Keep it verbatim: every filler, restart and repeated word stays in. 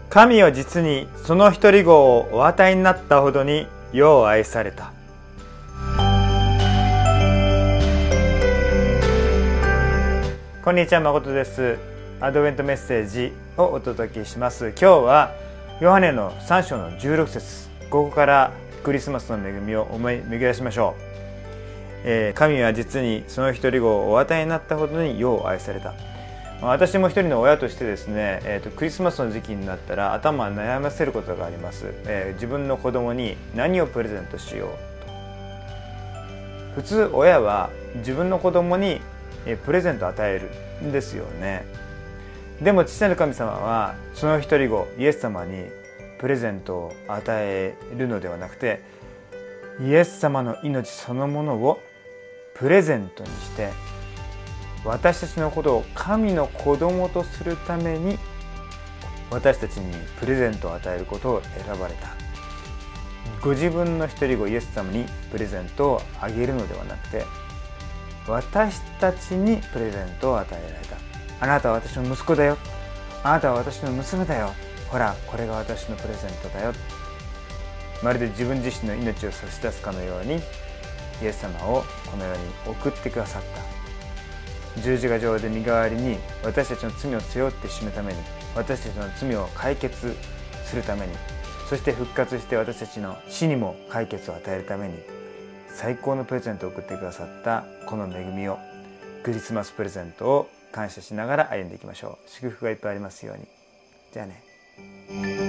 神は実にその一人子をお与えになったほどによう愛された。こんにちは、誠です。アドベントメッセージをお届けします。今日はヨハネのさん章のじゅうろく節、ここからクリスマスの恵みを思い巡らしましょう。えー、神は実にその一人子をお与えになったほどによう愛された。私も一人の親としてですね、えーと、クリスマスの時期になったら頭を悩ませることがあります。えー、自分の子供に何をプレゼントしようと。普通親は自分の子供にプレゼントを与えるんですよね。でも父なる神様はその一人子イエス様にプレゼントを与えるのではなくて、イエス様の命そのものをプレゼントにして、私たちのことを神の子供とするために私たちにプレゼントを与えることを選ばれた。ご自分の一人子イエス様にプレゼントをあげるのではなくて、私たちにプレゼントを与えられた。あなたは私の息子だよ、あなたは私の娘だよ、ほらこれが私のプレゼントだよ。まるで自分自身の命を差し出すかのようにイエス様をこの世に送ってくださった。十字架上で身代わりに私たちの罪を背負って死ぬために、私たちの罪を解決するために、そして復活して私たちの死にも解決を与えるために最高のプレゼントを送ってくださったこの恵みを、クリスマスプレゼントを感謝しながら歩んでいきましょう。祝福がいっぱいありますように。じゃあね。